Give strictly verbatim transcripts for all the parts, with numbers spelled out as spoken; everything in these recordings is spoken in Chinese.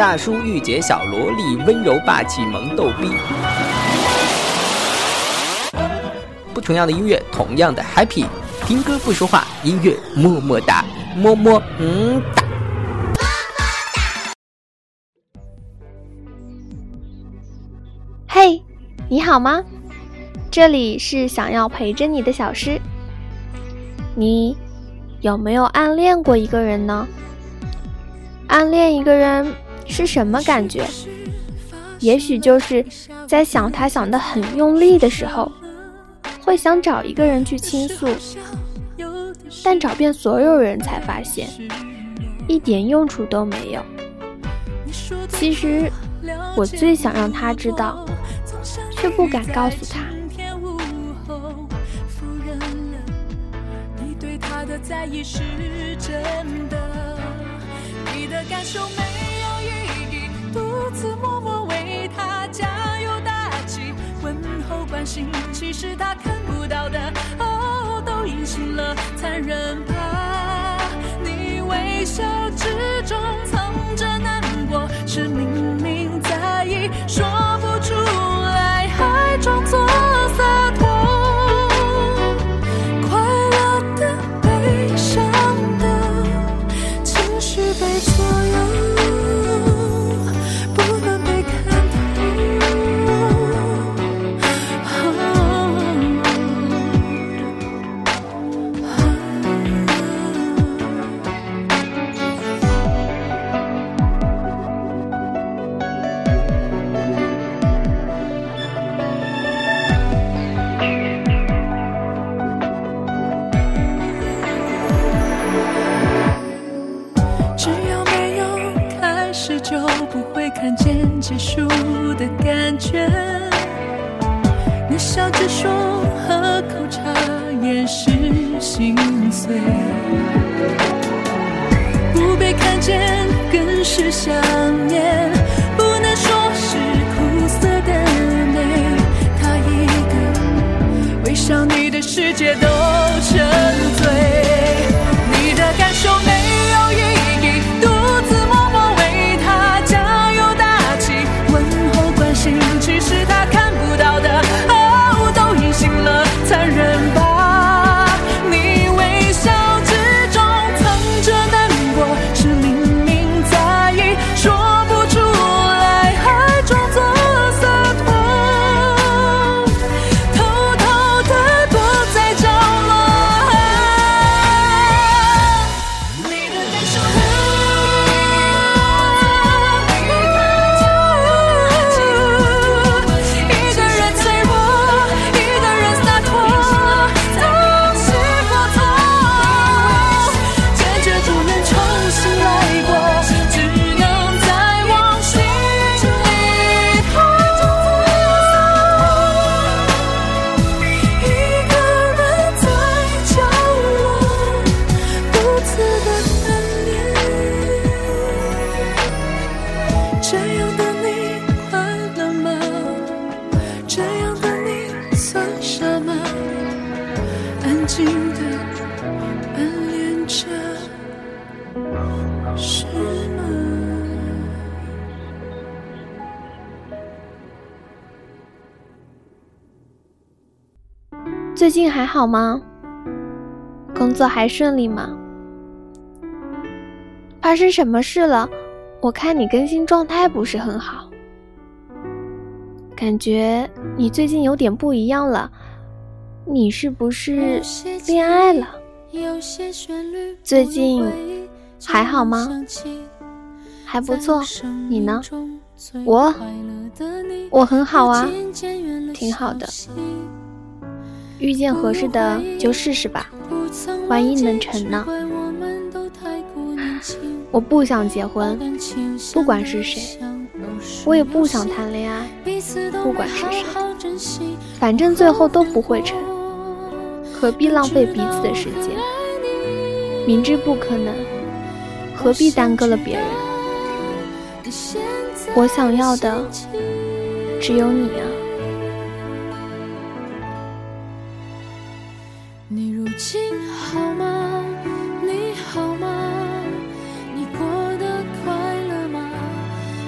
大叔御姐小萝莉，温柔霸气萌逗逼。不同样的音乐，同样的 happy， 听歌不说话，音乐么么哒，么么嗯哒。 嘿，你好吗？这里是想要陪着你的小诗。你有没有暗恋过一个人呢？暗恋一个人是什么感觉？也许就是在想他想得很用力的时候，会想找一个人去倾诉，但找遍所有人才发现一点用处都没有。其实我最想让他知道，却不敢告诉他。 你对他的在意是真的，你的感受没有意义，独自默默为他加油打气，问候关心，其实他看不到的，哦，都隐形了残忍吧。你微笑之中藏着难过，是明明在意，说不出来，还装作洒脱。快乐的、悲伤的情绪被左右，不能被看就不会看见结束的感觉，你笑着说喝口茶也是心碎，不被看见更是想念，不能说是苦涩的美，他一个微笑，你的世界都沉醉，你的感受没有意义，独自默默其实他看不到的，哦，都隐形了残忍吧。你微笑之中藏着难过，是明明在意，说不出来，还装作洒脱，偷偷地躲在角落。你的感受最近还好吗？工作还顺利吗？发生什么事了？我看你更新状态不是很好，感觉你最近有点不一样了，你是不是恋爱了？最近还好吗？还不错，你呢？我我很好啊，挺好的。遇见合适的就试试吧，万一能成呢？我不想结婚，不管是谁，我也不想谈恋爱，不管是谁，反正最后都不会成，何必浪费彼此的时间？明知不可能，何必耽搁了别人？我想要的只有你啊。 你如今好吗？你好吗？你过得快乐吗？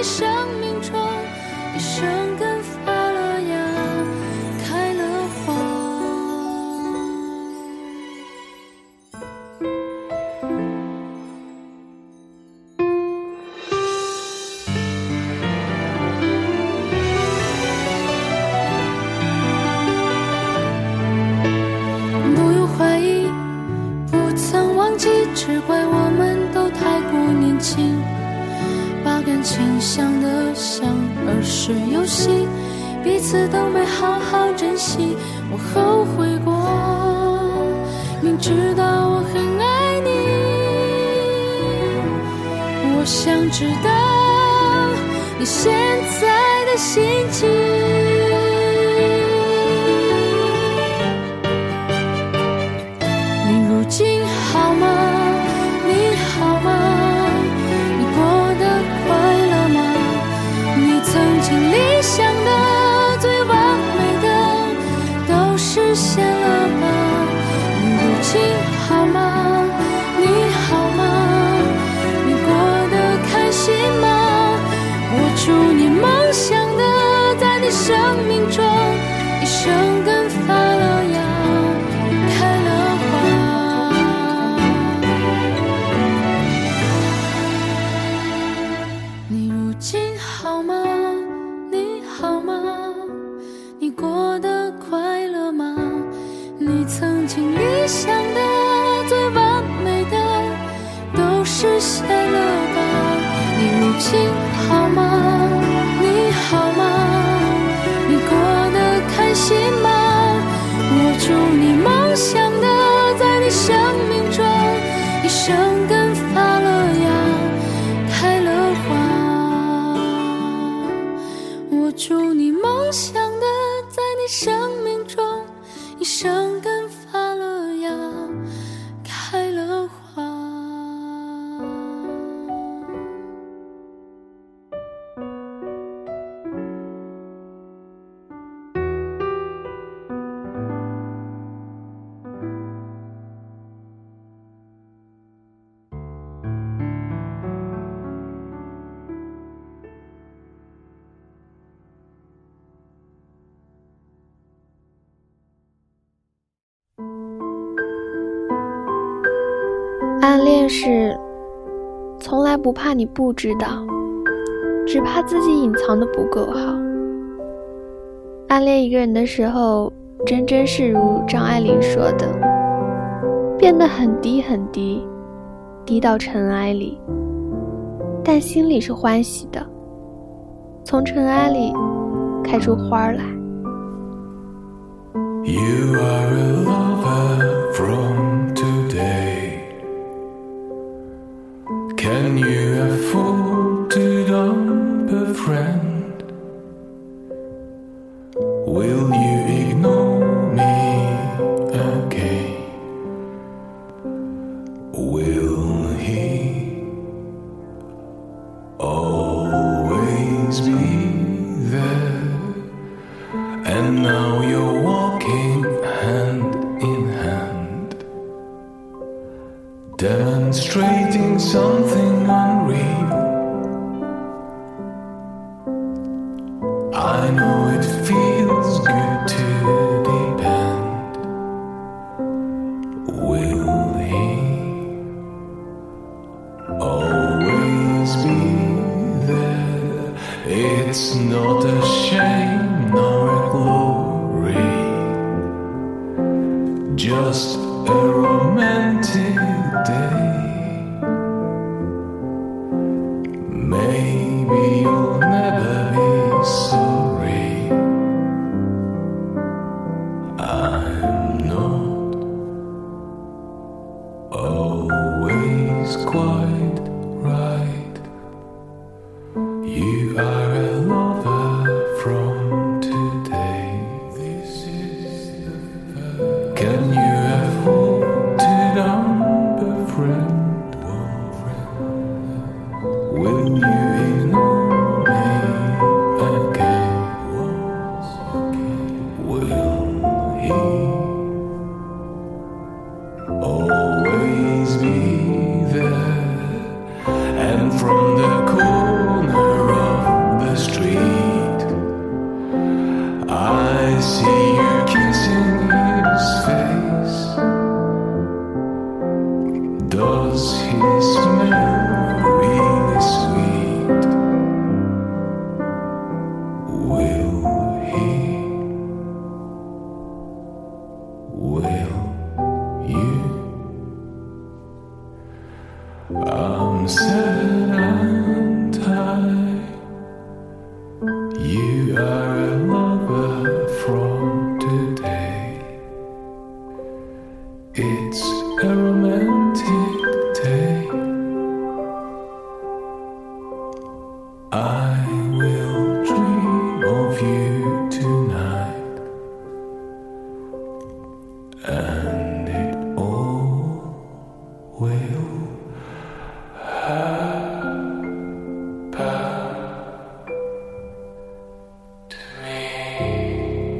生命中一生根发了芽，开了花。不用怀疑，不曾忘记，只怪我们都太过年轻，把感情想得像儿时游戏，彼此都没好好珍惜。我后悔过，明知道我很爱你，我想知道你现在的心情。你如今好吗？你好吗？你过得快乐吗？你曾经理想的最完美的都实现了吗？你如今好吗？你好吗？你过得开心吗？我祝你梦想的在你生命中一生根发了芽，开了花。你如今好吗？你好吗？你过得快乐吗？你曾经理想的最完美的都实现了吧？你如今好吗？你好吗？你过得开心吗？我祝你梦想的在你生命中一生根发了芽，开了花。我祝你梦想的在你生命中一生根发了芽，开了花。 暗恋是从来不怕你不知道，只怕自己隐藏的不够好。暗恋一个人的时候，真真是如张爱玲说的，变得很低很低，低到尘埃里，但心里是欢喜的，从尘埃里开出花来。 You are a lover from today. Can you afford to dump a friend? Will you ignore me again? Will he always be there? And now you're walking hand in hand, demonstrating something unreal. I know it feels good to depend. Will he always be there? It's not a shame nor a glory, just a romantic day. Maybe you'll never be sorry. I'm not always quite right. You are a lover from today. This is the first. Can you afford to dump are a lover from today. It's a romantic day. I will dream of you tonight, and it all will happen to me.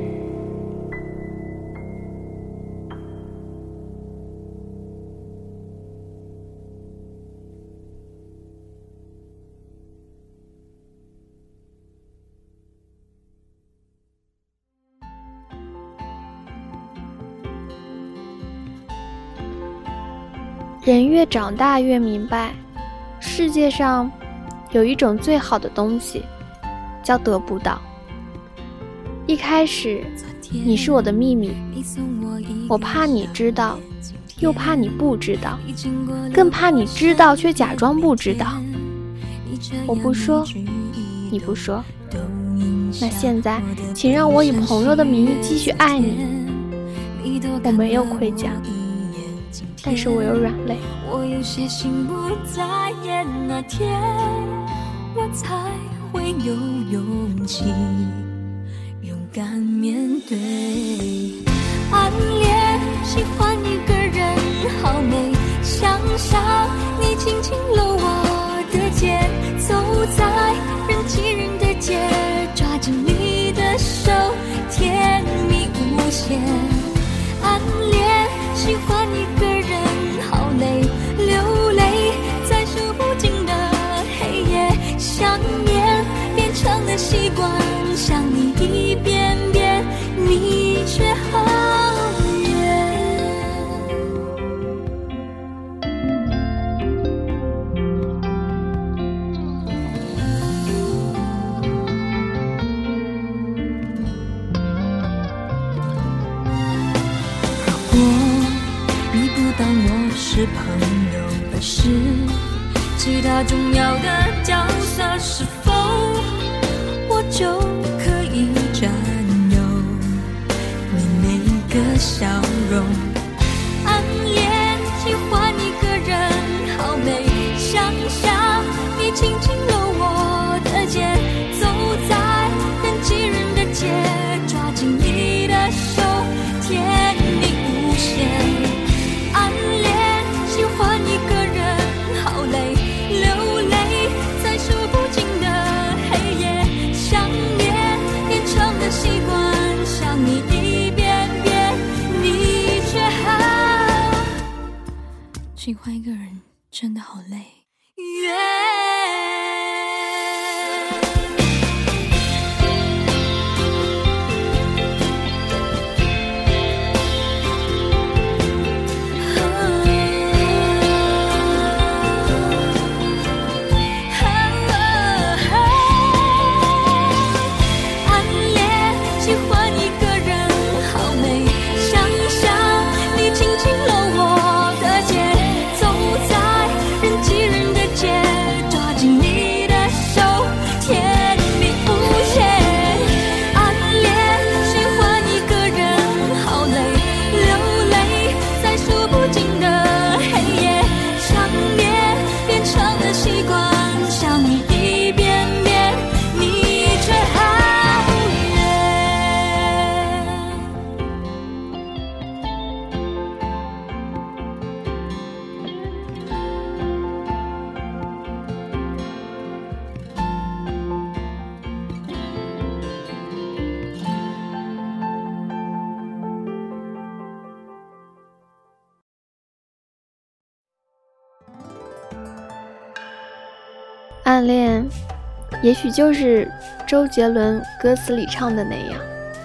人越长大越明白，世界上有一种最好的东西，叫得不到。一开始，你是我的秘密，我怕你知道，又怕你不知道，更怕你知道却假装不知道。我不说，你不说，那现在，请让我以朋友的名义继续爱你。我没有盔甲，但是我有软肋。 我有些心不在焉，那天我才会有勇气勇敢面对。暗恋喜欢一个人好美，想象你轻轻搂我的肩，走在人挤人的街，抓紧你的手，甜蜜无限。暗恋喜欢一个人好累，流泪在数不尽的黑夜，想念变成了习惯，想你一遍遍，你却好远。你不当我是朋友，而是其他重要的角色，是否我就可以占有你每个笑容？暗恋喜欢一个人好美，想象你轻轻搂我的肩，走在人挤人的街，抓紧你的手，甜蜜无限。暗恋喜欢一个人好累，流泪在数不尽的黑夜，想念变成了习惯，想你一遍遍，你却好喜欢一个人真的好累。 暗恋也许就是周杰伦歌词里唱的那样，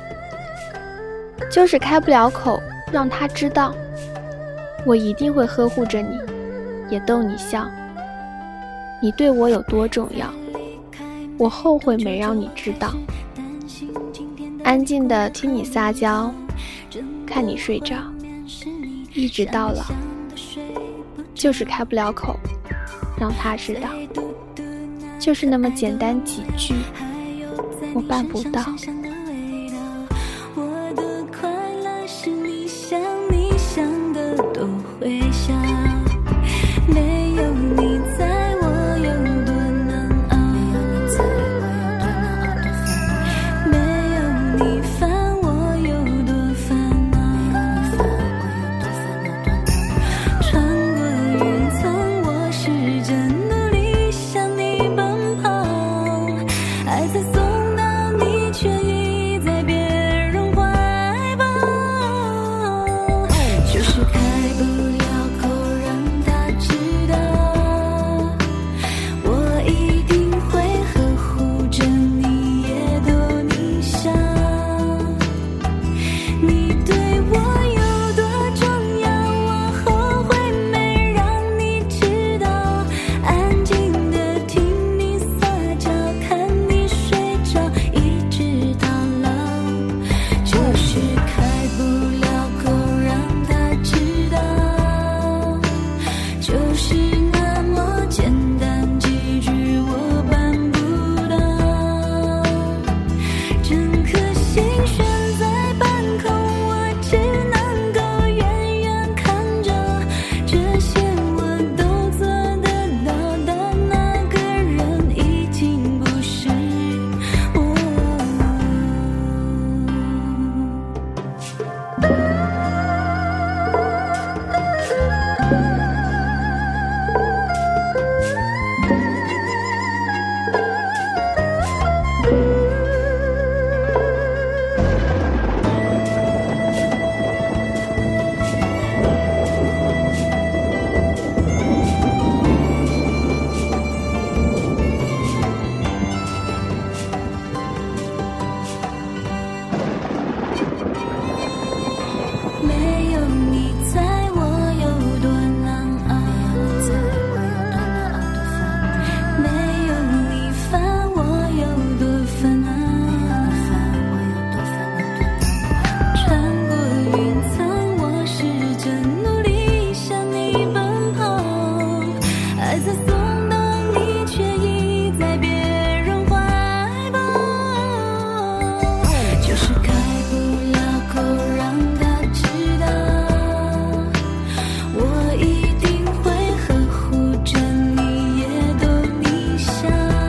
就是开不了口让他知道，我一定会呵护着你，也逗你笑，你对我有多重要，我后悔没让你知道。安静地听你撒娇，看你睡着，一直到老，就是开不了口让他知道，就是那么简单几句， 我办不到。 我的快乐是你想你想的都会想，没有你在我有多难熬，没有你烦我有多烦恼，穿过云层我试着努力向你奔跑，爱在送到你却已在别人怀抱，就是开不了口让他知道，我一定会呵护着你也逗你笑，你对我有多重要，我后悔没让你知道，安静的听你撒娇，看你睡着，一直到老，就是开不了口让他知道，就是那么简单几句我办不到，整颗心悬在半空，我只能够远远看着，这些我都做得到，但那个人已经不是我。没有你在我有多难熬，没有你烦我有多烦恼，穿过云层我试着努力向你奔跑，爱在送到你却已在别人怀抱，就是开不了口让他知道，我一定会呵护着你也逗你笑，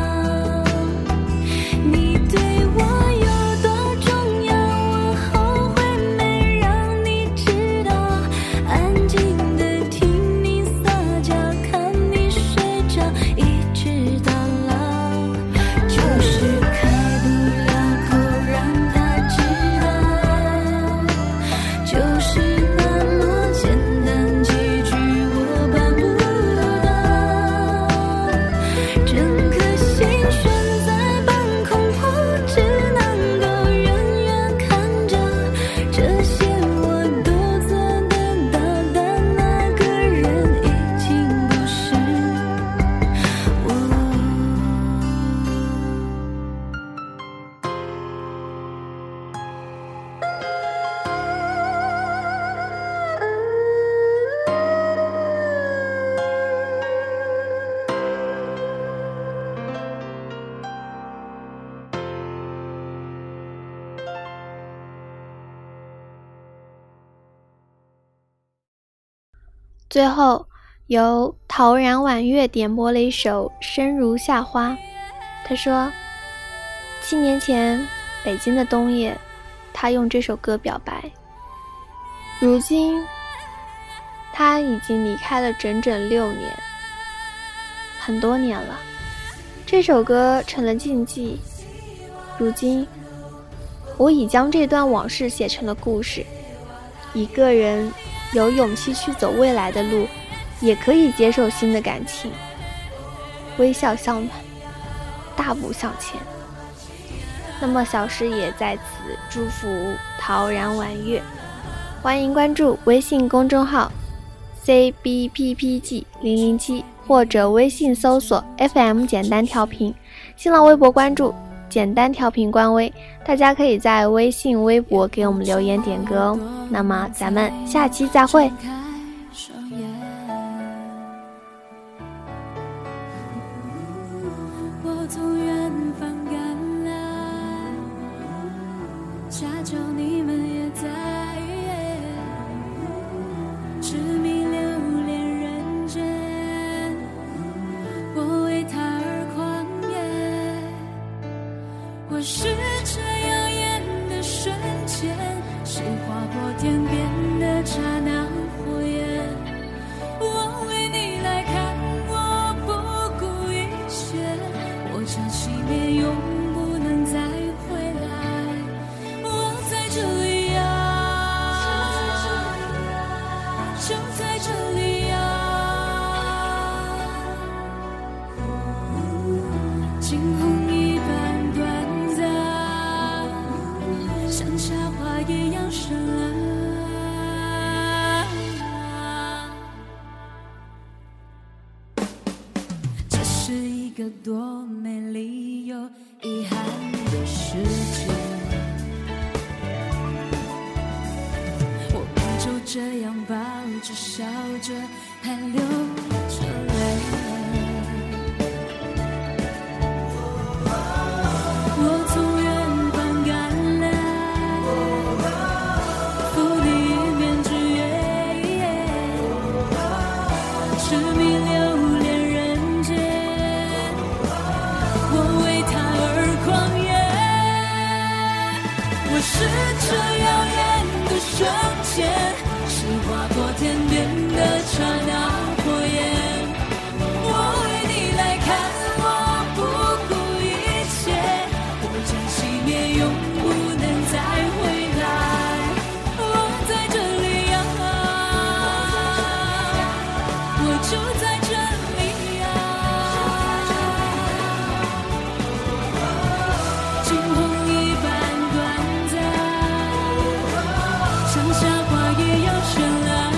你对我有多重要，我后悔没让你知道，安静的听你撒娇，看你睡着，一直到老，就是开不了口让他知道，就是那么简单几句我办不到，整颗心悬在半空，我只能够远远看着，这些我都做得到，但那个人已经不是我。 最后由陶然婉月点播了一首《生如夏花》。他说，七年前北京的冬夜，他用这首歌表白。如今他已经离开了整整六年，很多年了。这首歌成了禁忌。如今我已将这段往事写成了故事。一个人有勇气去走未来的路，也可以接受新的感情。微笑相伴，大步向前。那么小师也在此祝福陶然婉月。欢迎关注微信公众号 C B P P G 零零七 或者微信搜索 F M 简单调频，新浪微博关注简单调频官微，大家可以在微信微博给我们留言点歌哦。那么咱们下期再会。 我从远方赶来， 假装你们也在，痴迷留恋人间，我为他而狂野。我是这耀眼的瞬间，是划过天边的刹那火焰。我为你来看，我不顾一切，我将熄灭，永不能再回来。我在这里呀，就在这里呀，惊鸿一般短暂，像夏花一样绚烂。这是一个多美丽又遗憾的世界，我们就这样抱着笑着，还流着泪。我从远方赶来，赴你一面之约，痴迷留恋人间，我为他而狂野。我是这耀眼的瞬间，是划过天边的刹那火焰。我为你来看，我不顾一切，我将熄灭，永不能再回来。我在这里呀，我就在这里呀，惊鸿一般短暂，像夏花一样绚烂。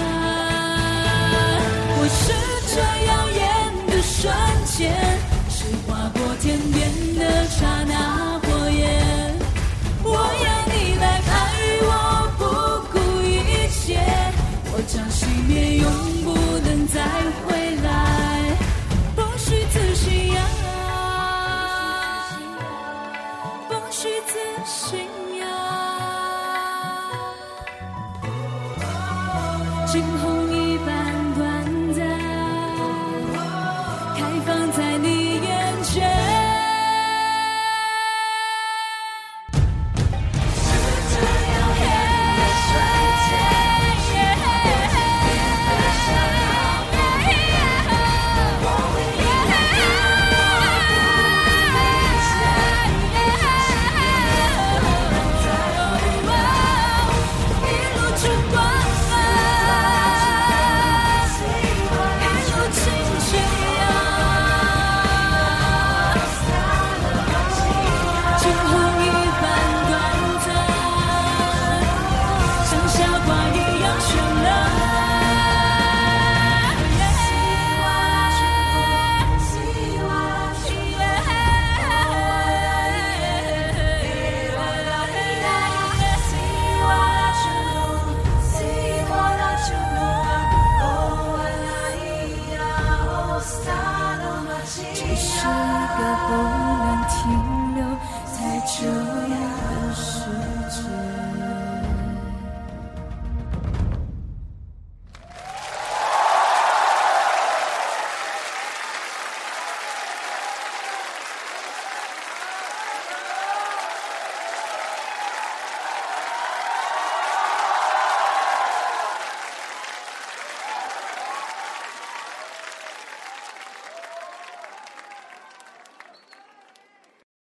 我是这耀眼的瞬间，是划过天边的刹那火焰。我要你来爱我，不顾一切，我将熄灭，永不能再回来。不虚此行呀，不虚此行呀，惊鸿一般短暂，开放在你眼前。这是一个不能停留太久